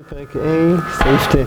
פרק A, סעיף ט'.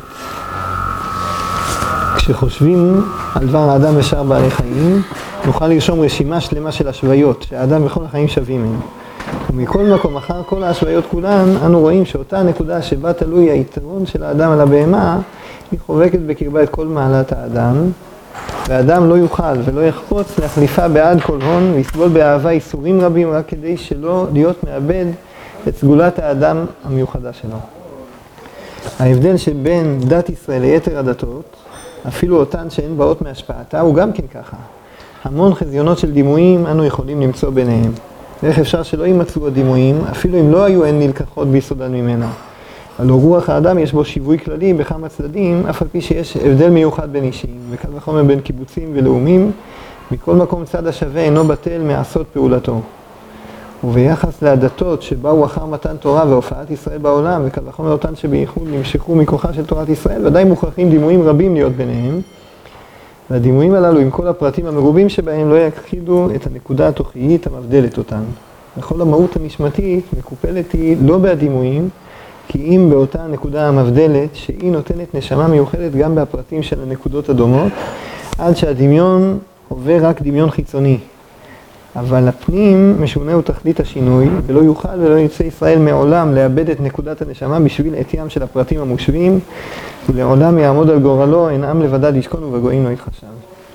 כשחושבים על דבר האדם ושאר בעלי חיים, נוכל לרשום רשימה שלמה של השוויות, שהאדם וכל החיים שווים הם. ומכל מקום, אחר כל ההשוויות כולן, אנו רואים שאותה הנקודה שבה תלוי היתרון של האדם על הבהמה, היא חובקת בקרבה את כל מעלת האדם, והאדם לא יוכל ולא יחפוץ להחליפה בעד כל הון, ויסבול באהבה איסורים רבים רק כדי שלא להיות מאבד את סגולת האדם המיוחדה שלו. ההבדל שבין דת ישראל ליתר הדתות, אפילו אותן שהן באות מהשפעתה, הוא גם כן ככה. המון חזיונות של דימויים אנו יכולים למצוא ביניהם. ואיך אפשר שלא יימצאו הדימויים, אפילו אם לא היו הן נלקחות ביסודן ממנה. הלא רוח האדם יש בו שיווי כללי בכמה צדדים, אף על פי שיש הבדל מיוחד בין אישים, וקל וחומר בין קיבוצים ולאומים, מכל מקום צד השווה אינו בטל מעשות פעולתו. וביחס להדתות שבאו אחר מתן תורה והופעת ישראל בעולם, וקל וחומר אותן שבייחוד נמשכו מכוחה של תורת ישראל, ודאי מוכרחים דימויים רבים להיות ביניהם, והדימויים הללו עם כל הפרטים המרובים שבהם לא יכחידו את הנקודה התוכיית המבדלת אותן. וכל המהות הנשמתית מקופלת היא לא בהדימויים, כי אם באותה הנקודה המבדלת שהיא נותנת נשמה מיוחדת גם בפרטים של הנקודות הדומות, עד שהדמיון עובר רק דמיון חיצוני. אבל הפנים משונה הוא תכלית השינוי, ולא יוכל ולא יצא ישראל מעולם לאבד את נקודת הנשמה בשביל עטיים של הפרטים המושבים, ולעולם יעמוד על גורלו, אין עם לבדד ישכון ובגויים לא יתחשב.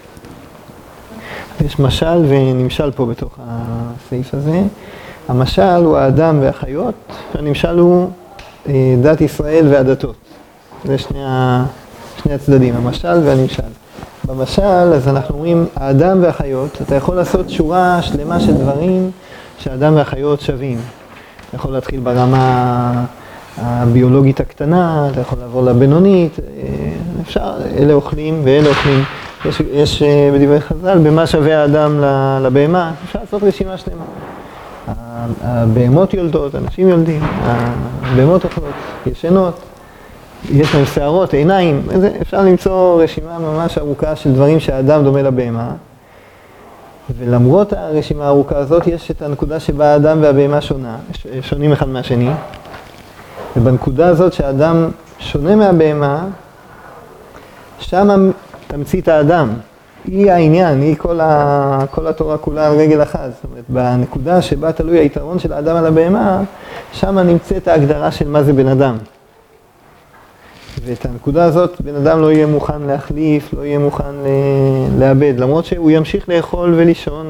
יש משל ונמשל פה בתוך הסעיף הזה. המשל הוא האדם והחיות, והנמשל הוא דת ישראל והדתות. זה שני הצדדים, המשל והנמשל. במשל, אז אנחנו אומרים, האדם והחיות, אתה יכול לעשות שורה שלמה של דברים שהאדם והחיות שווים. אתה יכול להתחיל ברמה הביולוגית הקטנה, אתה יכול לעבור לבינונית, אפשר, אלה אוכלים ואלה אוכלים. יש בדברי חז"ל, במה שווה האדם לבהמה, אפשר לעשות רשימה שלמה. הבהמות יולדות, אנשים יולדים, הבהמות אוכלות, ישנות. יש להם שערות, עיניים, אפשר למצוא רשימה ממש ארוכה של דברים שהאדם דומה לבהמה. ולמרות הרשימה הארוכה הזאת, יש את הנקודה שבה האדם והבהמה שונים אחד מהשני. ובנקודה הזאת שהאדם שונה מהבהמה, שם תמצית האדם. היא העניין, היא כל התורה כולה על רגל אחת. זאת אומרת, בנקודה שבה תלוי היתרון של האדם על הבהמה, שם נמצאת ההגדרה של מה זה בן אדם. ואת הנקודה הזאת בן אדם לא יהיה מוכן להחליף, לא יהיה מוכן לאבד, למרות שהוא ימשיך לאכול ולישון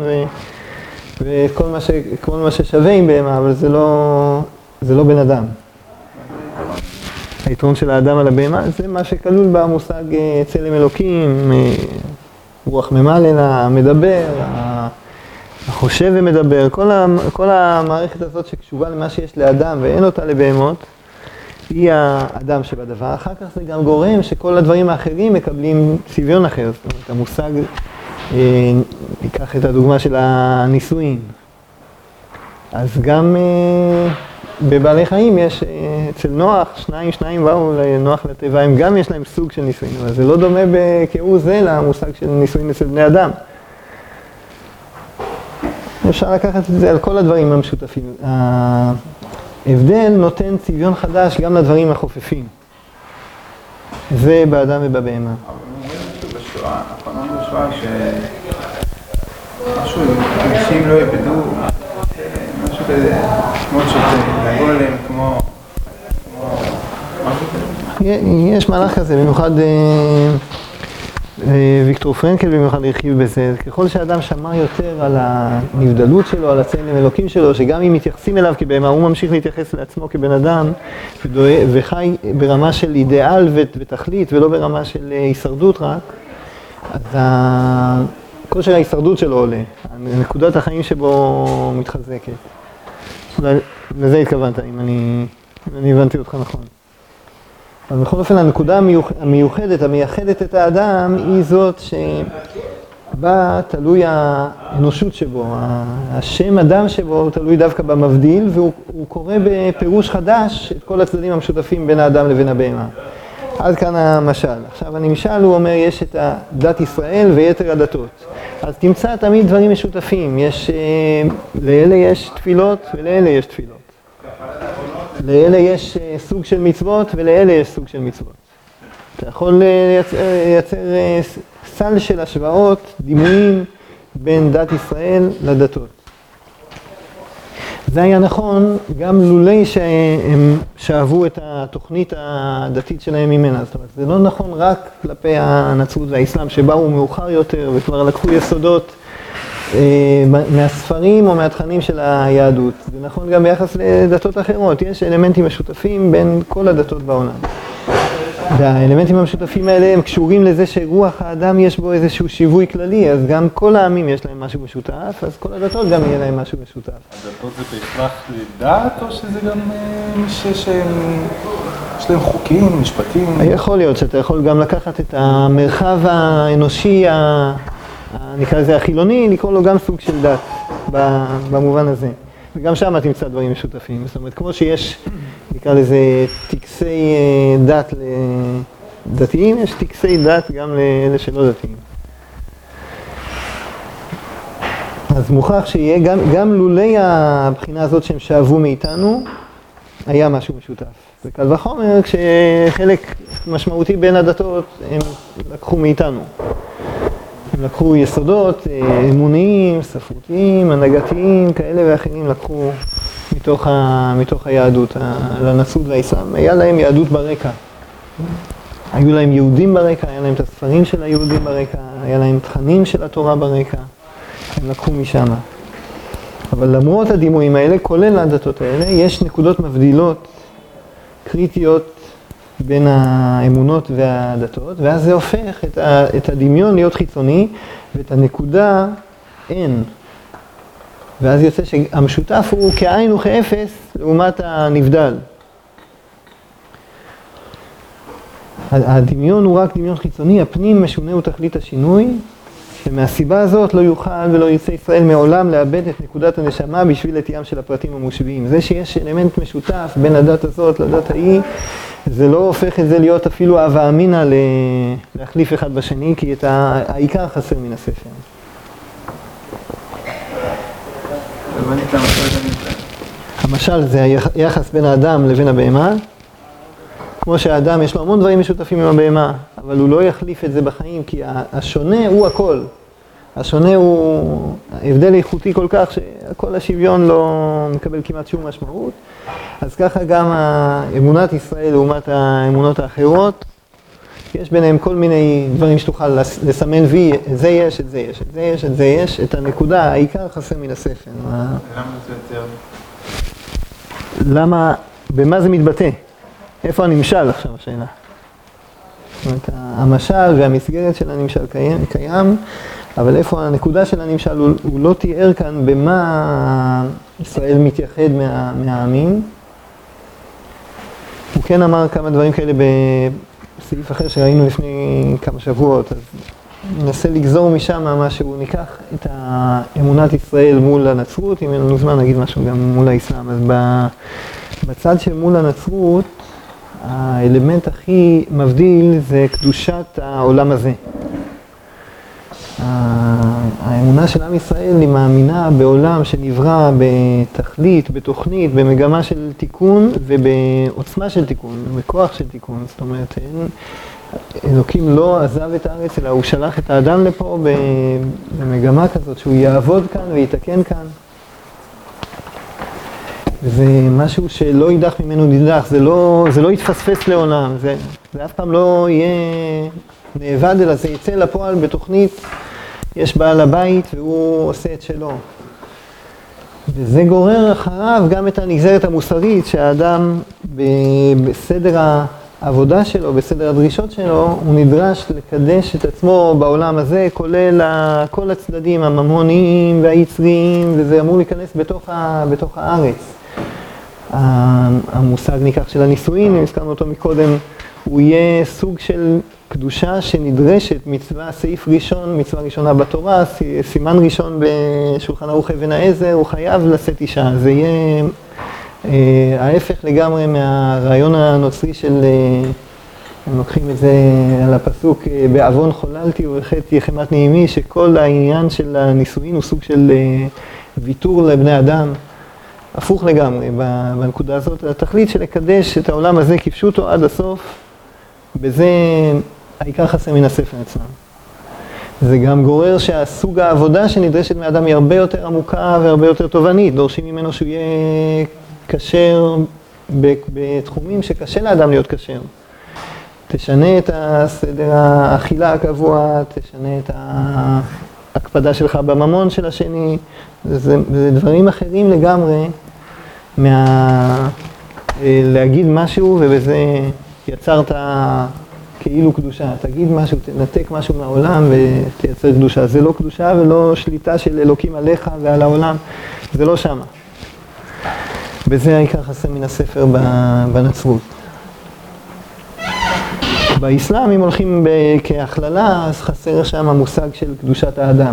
וכל מה ששווה עם בהמה, אבל זה לא בן אדם. היתרון של האדם על הבהמה זה מה שכלול במושג צלם אלוקים, רוח ממלא, המדבר, החושב ומדבר, כל המערכת הזאת שקשובה למה שיש לאדם ואין אותה לבהמות, היא האדם שבדבר. אחר כך זה גם גורם שכל הדברים האחרים מקבלים צביון אחר. זאת אומרת, המושג, ניקח את הדוגמה של הנישואין. אז גם בבעלי חיים יש, אצל נוח, שניים באו לנוח לטבע, הם גם יש להם סוג של נישואין, אבל זה לא דומה כהוא זה למושג של נישואין אצל בני אדם. אפשר לקחת את זה על כל הדברים המשותפים. ההבדל נותן צביון חדש גם לדברים החופפים. זה באדם ובבהמה. אבל אומרים משהו בשואה, נכון בשואה שמשהו, אנשים לא יבדו, משהו כזה, כמו שתבוא אליהם, כמו משהו כזה. יש מהלך כזה, במיוחד ויקטור פרנקל במיוחד הרחיב בזה. ככל שהאדם שמר יותר על הנבדלות שלו, על הצלם אלוקים שלו, שגם אם מתייחסים אליו כבהמה, הוא ממשיך להתייחס לעצמו כבן אדם, וחי ברמה של אידיאל ותכלית, ולא ברמה של הישרדות רק, אז כושר ההישרדות שלו עולה, נקודת החיים שבו מתחזקת. לזה התכוונת, אם אני הבנתי אותך נכון. אבל בכל אופן, הנקודה המיוחדת, המייחדת את האדם, היא זאת שבה תלוי האנושות שבו, השם אדם שבו הוא תלוי דווקא במבדיל, והוא קורא בפירוש חדש את כל הצדדים המשותפים בין האדם לבין הבהמה. עד כאן המשל. עכשיו הנמשל הוא אומר, יש את דת ישראל ויתר הדתות. אז תמצא תמיד דברים משותפים, לאלה יש תפילות ולאלה יש תפילות. לאלה יש סוג של מצוות ולאלה יש סוג של מצוות. אתה יכול לייצר סל של השוואות, דימויים בין דת ישראל לדתות. זה היה נכון גם לולי שהם שאהבו את התוכנית הדתית שלהם ממנה. זאת אומרת, זה לא נכון רק כלפי הנצרות והאסלאם שבאו מאוחר יותר וכבר לקחו יסודות מהספרים או מהתכנים של היהדות. זה נכון גם ביחס לדתות אחרות. יש אלמנטים משותפים בין כל הדתות בעולם. והאלמנטים המשותפים האלה הם קשורים לזה שרוח האדם יש בו איזשהו שיווי כללי, אז גם כל העמים יש להם משהו משותף, אז כל הדתות גם יהיה להם משהו משותף. הדתות זה בהכרח לדת, או שזה גם שיש להם חוקים, משפטים? יכול להיות שאתה יכול גם לקחת את המרחב האנושי, נקרא לזה החילוני, לקרוא לו גם סוג של דת, במובן הזה. וגם שם תמצא דברים משותפים. זאת אומרת, כמו שיש, נקרא לזה, טקסי דת לדתיים, יש טקסי דת גם לאלה שלא דתיים. אז מוכרח שיהיה, גם לולי הבחינה הזאת שהם שאהבו מאיתנו, היה משהו משותף. וקל וחומר, כשחלק משמעותי בין הדתות, הם לקחו מאיתנו. הם לקחו יסודות אמוניים, ספרותיים, הנהגתיים, כאלה ואחרים לקחו מתוך היהדות. לנצרות והאסלאם היה להם יהדות ברקע. היו להם יהודים ברקע, היה להם את הספרים של היהודים ברקע, היה להם תכנים של התורה ברקע. הם לקחו משם. אבל למרות הדימויים האלה, כולל הדתות האלה, יש נקודות מבדילות, קריטיות, בין האמונות והדתות, ואז זה הופך את הדמיון להיות חיצוני, ואת הנקודה אין. ואז יוצא שהמשותף הוא כעין וכאפס לעומת הנבדל. הדמיון הוא רק דמיון חיצוני, הפנים משונה הוא תכלית השינוי, שמהסיבה הזאת לא יוכל ולא ירצה ישראל מעולם לאבד את נקודת הנשמה בשביל לתיאם של הפרטים המושביים. זה שיש אלמנט משותף בין הדת הזאת לדת ההיא, זה לא הופך את זה להיות אפילו אהבה אמינה להחליף אחד בשני, כי את העיקר חסר מן הספר. המשל זה היחס בין האדם לבין הבהמה. כמו שהאדם יש לו המון דברים משותפים עם הבהמה, אבל הוא לא יחליף את זה בחיים, כי השונה הוא הכל. השונה הוא הבדל איכותי כל כך שכל השוויון לא מקבל כמעט שום משמעות. אז ככה גם אמונת ישראל לעומת האמונות האחרות, יש ביניהם כל מיני דברים שתוכל לסמן וי, זה יש, את זה יש, את זה יש, את זה יש, את הנקודה, העיקר חסר מן הספר. למה זה יותר? למה, במה זה מתבטא? איפה הנמשל עכשיו השאלה? זאת אומרת, המשל והמסגרת של הנמשל קיים, אבל איפה הנקודה של הנמשל הוא לא תיאר כאן במה ישראל מתייחד מהעמים. הוא כן אמר כמה דברים כאלה בסעיף אחר שראינו לפני כמה שבועות, אז ננסה לגזור משם משהו, ניקח את אמונת ישראל מול הנצרות, אם אין לנו זמן נגיד משהו גם מול האסלאם. אז בצד של מול הנצרות, האלמנט הכי מבדיל זה קדושת העולם הזה. האמונה של עם ישראל היא מאמינה בעולם שנברא בתכלית, בתוכנית, במגמה של תיקון ובעוצמה של תיקון, בכוח של תיקון. זאת אומרת, אלוקים לא עזב את הארץ, אלא הוא שלח את האדם לפה במגמה כזאת שהוא יעבוד כאן ויתקן כאן. וזה משהו שלא יידח ממנו נידח, זה לא יתפספס לעולם, זה אף פעם לא יהיה נאבד, אלא זה יצא לפועל בתוכנית, יש בעל הבית והוא עושה את שלו. וזה גורר אחריו גם את הנגזרת המוסרית, שהאדם בסדר העבודה שלו, בסדר הדרישות שלו, הוא נדרש לקדש את עצמו בעולם הזה, כולל כל הצדדים הממוניים והיצריים, וזה אמור להיכנס בתוך הארץ. המושג ניקח של הנישואין, אם הזכרנו אותו מקודם, הוא יהיה סוג של קדושה שנדרשת, מצווה, סעיף ראשון, מצווה ראשונה בתורה, סימן ראשון בשולחן ערוך אבן העזר, הוא חייב לשאת אישה. זה יהיה ההפך לגמרי מהרעיון הנוצרי של, הם לוקחים את זה על הפסוק, בעוון חוללתי ובחטא יחמתני עמי, שכל העניין של הנישואין הוא סוג של ויתור לבני אדם הפוך לגמרי, בנקודה הזאת, התכלית של לקדש את העולם הזה כפשוטו עד הסוף, בזה העיקר חסר מן הספר אצלם. זה גם גורר שהסוג העבודה שנדרשת מאדם היא הרבה יותר עמוקה והרבה יותר תובענית, דורשים ממנו שהוא יהיה כשר בתחומים שקשה לאדם להיות כשר. תשנה את הסדר האכילה הקבוע, תשנה את ההקפדה שלך בממון של השני, זה דברים אחרים לגמרי להגיד משהו ובזה יצרת כאילו קדושה. תגיד משהו, תנתק משהו מהעולם ותייצר קדושה. זה לא קדושה ולא שליטה של אלוקים עליך ועל העולם, זה לא שמה. בזה העיקר חסר מן הספר בנצרות. באסלאם, אם הולכים כהכללה, אז חסר שם המושג של קדושת האדם.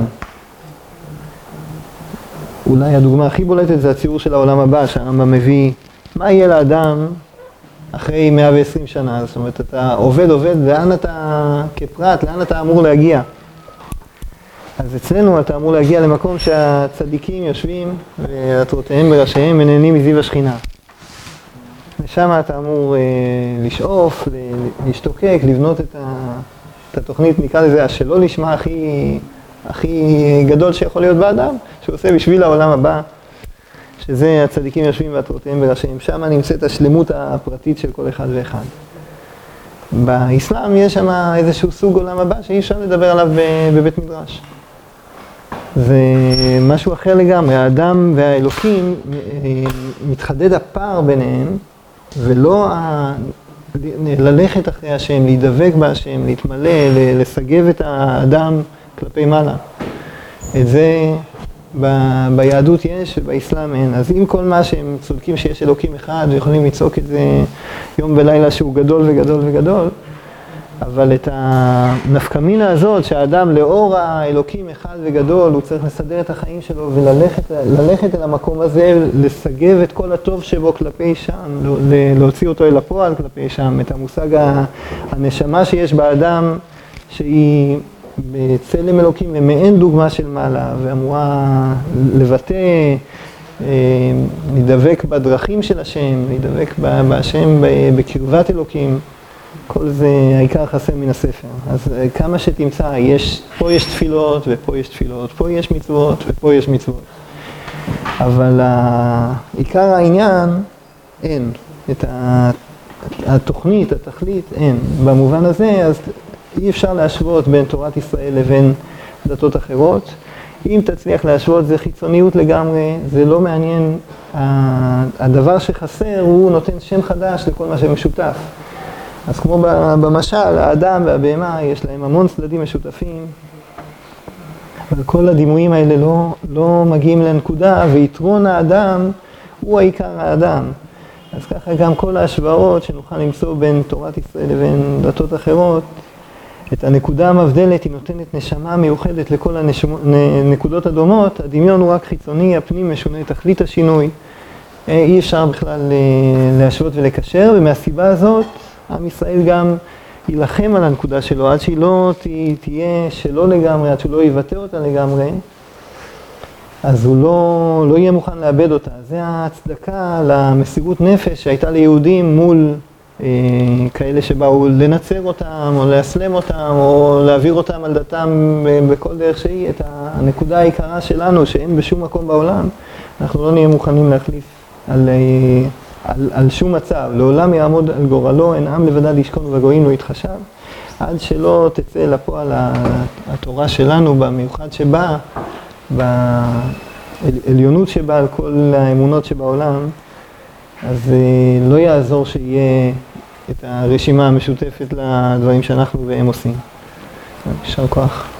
אולי הדוגמה הכי בולטת זה הציור של העולם הבא, שהרמב"ם מביא מה יהיה לאדם אחרי 120 שנה. זאת אומרת, אתה עובד, לאן אתה, כפרט, לאן אתה אמור להגיע? אז אצלנו אתה אמור להגיע למקום שהצדיקים יושבים ועטרותיהם בראשיהם ונהנים מזיו השכינה. ושם אתה אמור לשאוף, להשתוקק, לבנות את התוכנית, נקרא לזה, השלא לשמה הכי גדול שיכול להיות באדם, שהוא עושה בשביל העולם הבא, שזה הצדיקים יושבים ועטרותיהם בראשיהם. שם נמצאת השלמות הפרטית של כל אחד ואחד. באסלאם יש שם איזשהו סוג עולם הבא שאי אפשר לדבר עליו בבית מדרש. זה משהו אחר לגמרי, האדם והאלוקים, מתחדד הפער ביניהם, ולא ללכת אחרי השם, להידבק בהשם, להתמלא, לסגב את האדם כלפי מעלה. את זה ביהדות יש ובאסלאם אין. אז אם כל מה שהם צודקים שיש אלוקים אחד ויכולים לצעוק את זה יום ולילה שהוא גדול וגדול וגדול, אבל את הנפקמינה הזאת שהאדם לאור האלוקים אחד וגדול הוא צריך לסדר את החיים שלו וללכת אל המקום הזה, לסגב את כל הטוב שבו כלפי שם, להוציא אותו אל הפועל כלפי שם, את המושג הנשמה שיש באדם שהיא בצלם אלוקים ומעין דוגמה של מעלה ואמורה לבטא, להידבק בדרכים של השם, להידבק בהשם בקרבת אלוקים. כל זה העיקר חסר מן הספר. אז כמה שתמצא, פה יש תפילות ופה יש תפילות, פה יש מצוות ופה יש מצוות. אבל עיקר העניין אין. את התוכנית, התכלית אין. במובן הזה, אז אי אפשר להשוות בין תורת ישראל לבין דתות אחרות. אם תצליח להשוות זה חיצוניות לגמרי, זה לא מעניין. הדבר שחסר הוא נותן שם חדש לכל מה שמשותף. אז כמו במשל, האדם והבהמה יש להם המון צדדים משותפים, אבל כל הדימויים האלה לא מגיעים לנקודה, ויתרון האדם הוא העיקר האדם. אז ככה גם כל ההשוואות שנוכל למצוא בין תורת ישראל לבין דתות אחרות, את הנקודה המבדלת היא נותנת נשמה מיוחדת לכל הנקודות הדומות, הדמיון הוא רק חיצוני, הפנים משונה תכלית השינוי, אי אפשר בכלל להשוות ולקשר, ומהסיבה הזאת עם ישראל גם ילחם על הנקודה שלו, עד שהיא לא תהיה שלו לגמרי, עד שהוא לא יבטא אותה לגמרי, אז הוא לא יהיה מוכן לאבד אותה. זה ההצדקה למסירות נפש שהייתה ליהודים מול כאלה שבאו לנצר אותם, או להסלם אותם, או להעביר אותם על דתם בכל דרך שהיא. את הנקודה העיקרה שלנו, שאין בשום מקום בעולם, אנחנו לא נהיה מוכנים להחליף על שום מצב. לעולם יעמוד על גורלו, אין עם לבדד ישכון ובגויים לא יתחשב, עד שלא תצא לפועל התורה שלנו במיוחד שבה, בעליונות שבה על כל האמונות שבעולם, אז לא יעזור שיהיה את הרשימה המשותפת לדברים שאנחנו והם עושים. יישר כוח.